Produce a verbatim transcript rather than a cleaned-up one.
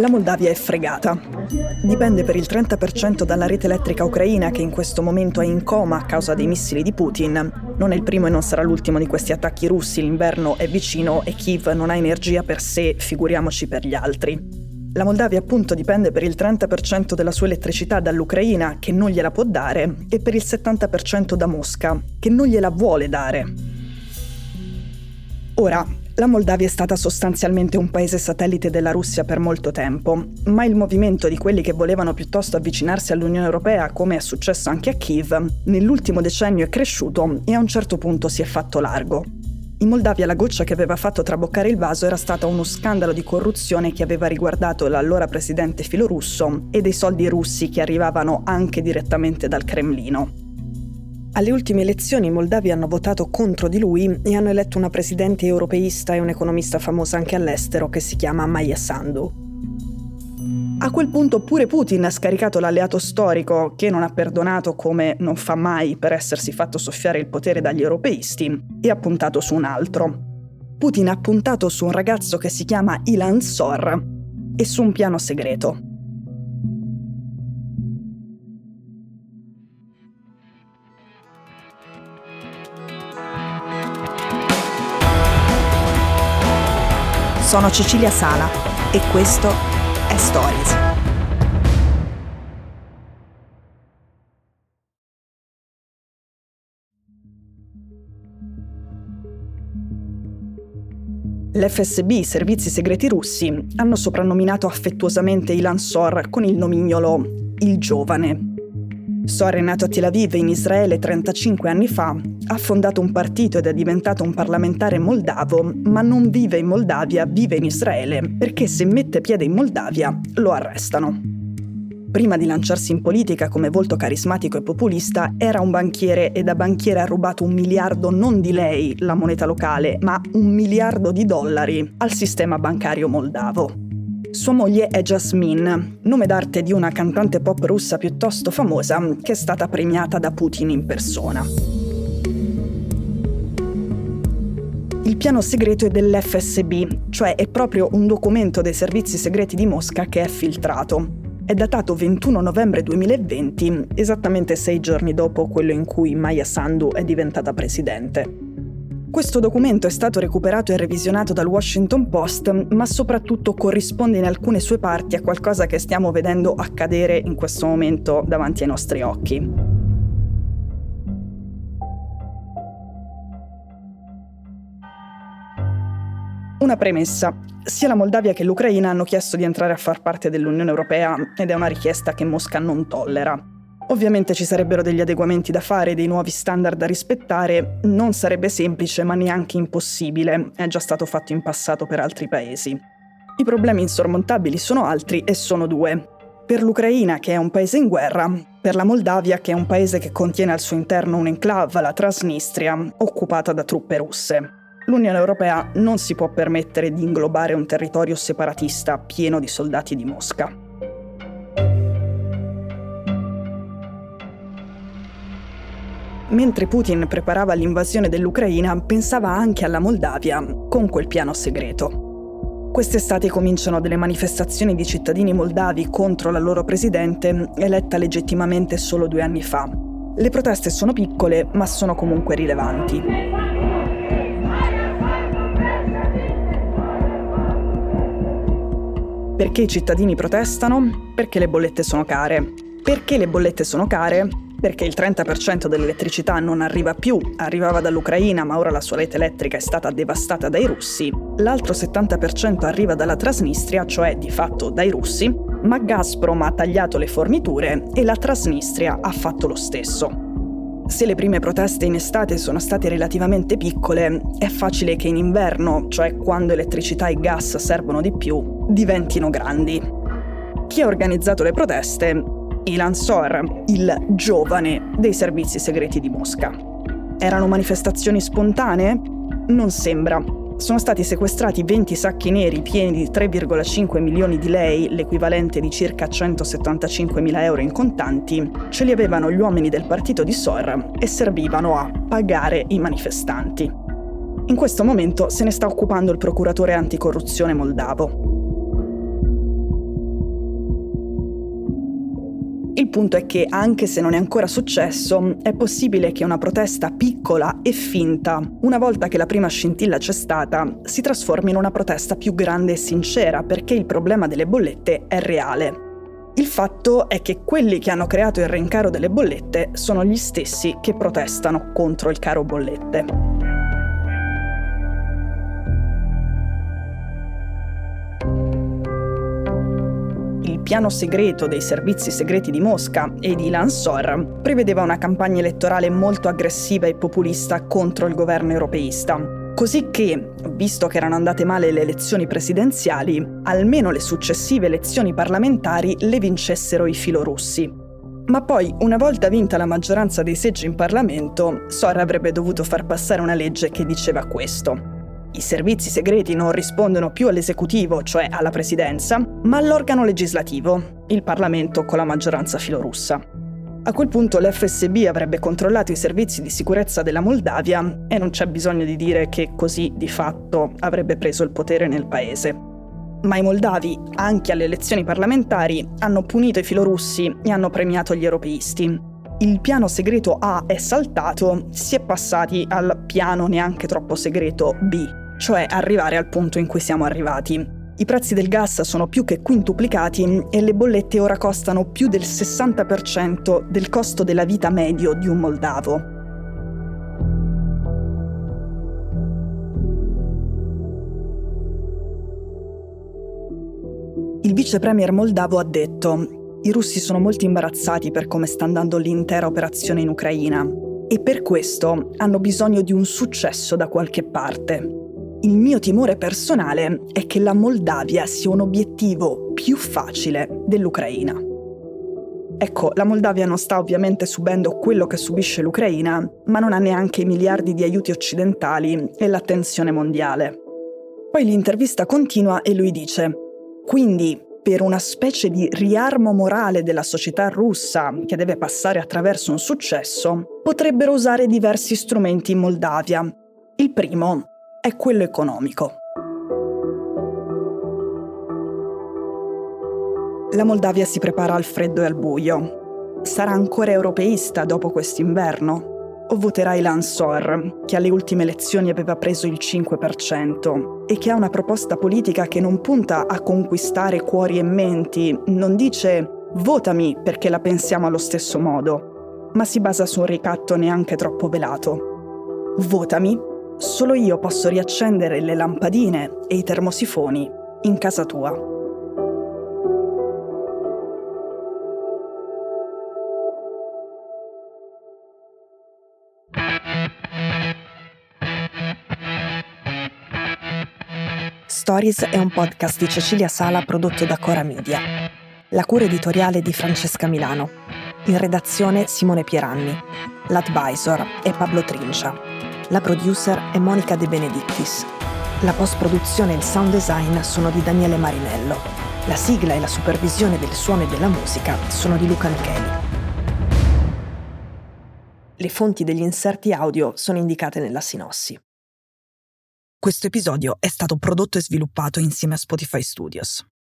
La Moldavia è fregata. Dipende per il trenta per cento dalla rete elettrica ucraina che in questo momento è in coma a causa dei missili di Putin. Non è il primo e non sarà l'ultimo di questi attacchi russi, l'inverno è vicino e Kyiv non ha energia per sé, figuriamoci per gli altri. La Moldavia appunto dipende per il trenta per cento della sua elettricità dall'Ucraina, che non gliela può dare, e per il settanta per cento da Mosca, che non gliela vuole dare. Ora, la Moldavia è stata sostanzialmente un paese satellite della Russia per molto tempo, ma il movimento di quelli che volevano piuttosto avvicinarsi all'Unione Europea, come è successo anche a Kyiv, nell'ultimo decennio è cresciuto e a un certo punto si è fatto largo. In Moldavia la goccia che aveva fatto traboccare il vaso era stata uno scandalo di corruzione che aveva riguardato l'allora presidente filorusso e dei soldi russi che arrivavano anche direttamente dal Cremlino. Alle ultime elezioni i moldavi hanno votato contro di lui e hanno eletto una presidente europeista e un'economista famosa anche all'estero che si chiama Maia Sandu. A quel punto pure Putin ha scaricato l'alleato storico, che non ha perdonato come non fa mai per essersi fatto soffiare il potere dagli europeisti, e ha puntato su un altro. Putin ha puntato su un ragazzo che si chiama Ilan Sor e su un piano segreto. Sono Cecilia Sala e questo è Stories. L'F S B, i servizi segreti russi, hanno soprannominato affettuosamente Ilan Sor con il nomignolo Il Giovane. Sor è nato a Tel Aviv in Israele trentacinque anni fa, ha fondato un partito ed è diventato un parlamentare moldavo, ma non vive in Moldavia, vive in Israele, perché se mette piede in Moldavia lo arrestano. Prima di lanciarsi in politica come volto carismatico e populista, era un banchiere e da banchiere ha rubato un miliardo non di lei, la moneta locale, ma un miliardo di dollari al sistema bancario moldavo. Sua moglie è Jasmine, nome d'arte di una cantante pop russa piuttosto famosa che è stata premiata da Putin in persona. Il piano segreto è dell'F S B, cioè è proprio un documento dei servizi segreti di Mosca che è filtrato. È datato ventuno novembre duemilaventi, esattamente sei giorni dopo quello in cui Maia Sandu è diventata presidente. Questo documento è stato recuperato e revisionato dal Washington Post, ma soprattutto corrisponde in alcune sue parti a qualcosa che stiamo vedendo accadere in questo momento davanti ai nostri occhi. Una premessa. Sia la Moldavia che l'Ucraina hanno chiesto di entrare a far parte dell'Unione Europea ed è una richiesta che Mosca non tollera. Ovviamente ci sarebbero degli adeguamenti da fare, dei nuovi standard da rispettare, non sarebbe semplice ma neanche impossibile, è già stato fatto in passato per altri paesi. I problemi insormontabili sono altri e sono due. Per l'Ucraina, che è un paese in guerra, per la Moldavia, che è un paese che contiene al suo interno un'enclave, la Transnistria, occupata da truppe russe. L'Unione Europea non si può permettere di inglobare un territorio separatista pieno di soldati di Mosca. Mentre Putin preparava l'invasione dell'Ucraina, pensava anche alla Moldavia, con quel piano segreto. Quest'estate cominciano delle manifestazioni di cittadini moldavi contro la loro presidente, eletta legittimamente solo due anni fa. Le proteste sono piccole, ma sono comunque rilevanti. Perché i cittadini protestano? Perché le bollette sono care. Perché le bollette sono care? Perché il trenta per cento dell'elettricità non arriva più, arrivava dall'Ucraina ma ora la sua rete elettrica è stata devastata dai russi, l'altro settanta per cento arriva dalla Transnistria, cioè di fatto dai russi, ma Gazprom ha tagliato le forniture e la Transnistria ha fatto lo stesso. Se le prime proteste in estate sono state relativamente piccole, è facile che in inverno, cioè quando elettricità e gas servono di più, diventino grandi. Chi ha organizzato le proteste? Ilan Sor, il giovane dei servizi segreti di Mosca. Erano manifestazioni spontanee? Non sembra. Sono stati sequestrati venti sacchi neri pieni di tre virgola cinque milioni di lei, l'equivalente di circa centosettantacinquemila euro in contanti, ce li avevano gli uomini del partito di Sor e servivano a pagare i manifestanti. In questo momento se ne sta occupando il procuratore anticorruzione moldavo. punto è che, anche se non è ancora successo, è possibile che una protesta piccola e finta, una volta che la prima scintilla c'è stata, si trasformi in una protesta più grande e sincera, perché il problema delle bollette è reale. Il fatto è che quelli che hanno creato il rincaro delle bollette sono gli stessi che protestano contro il caro bollette. Il piano segreto dei servizi segreti di Mosca e di Ilan Sor prevedeva una campagna elettorale molto aggressiva e populista contro il governo europeista, così che, visto che erano andate male le elezioni presidenziali, almeno le successive elezioni parlamentari le vincessero i filorussi. Ma poi, una volta vinta la maggioranza dei seggi in Parlamento, Sor avrebbe dovuto far passare una legge che diceva questo. I servizi segreti non rispondono più all'esecutivo, cioè alla presidenza, ma all'organo legislativo, il Parlamento con la maggioranza filorussa. A quel punto l'F S B avrebbe controllato i servizi di sicurezza della Moldavia e non c'è bisogno di dire che così, di fatto, avrebbe preso il potere nel paese. Ma i moldavi, anche alle elezioni parlamentari, hanno punito i filorussi e hanno premiato gli europeisti. Il piano segreto A è saltato, si è passati al piano neanche troppo segreto B, cioè arrivare al punto in cui siamo arrivati. I prezzi del gas sono più che quintuplicati e le bollette ora costano più del sessanta per cento del costo della vita medio di un moldavo. Il vice premier moldavo ha detto: i russi sono molto imbarazzati per come sta andando l'intera operazione in Ucraina e per questo hanno bisogno di un successo da qualche parte. Il mio timore personale è che la Moldavia sia un obiettivo più facile dell'Ucraina. Ecco, la Moldavia non sta ovviamente subendo quello che subisce l'Ucraina, ma non ha neanche i miliardi di aiuti occidentali e l'attenzione mondiale. Poi l'intervista continua e lui dice: quindi, per una specie di riarmo morale della società russa che deve passare attraverso un successo, potrebbero usare diversi strumenti in Moldavia. Il primo è quello economico. La Moldavia si prepara al freddo e al buio. Sarà ancora europeista dopo quest'inverno? O voterà Ilan Sor, che alle ultime elezioni aveva preso il cinque per cento e che ha una proposta politica che non punta a conquistare cuori e menti, non dice «votami perché la pensiamo allo stesso modo», ma si basa su un ricatto neanche troppo velato. «Votami, solo io posso riaccendere le lampadine e i termosifoni in casa tua». Stories è un podcast di Cecilia Sala prodotto da Cora Media. La cura editoriale di Francesca Milano. In redazione Simone Pieranni. L'advisor è Pablo Trincia. La producer è Monica De Benedictis. La post-produzione e il sound design sono di Daniele Marinello. La sigla e la supervisione del suono e della musica sono di Luca Micheli. Le fonti degli inserti audio sono indicate nella sinossi. Questo episodio è stato prodotto e sviluppato insieme a Spotify Studios.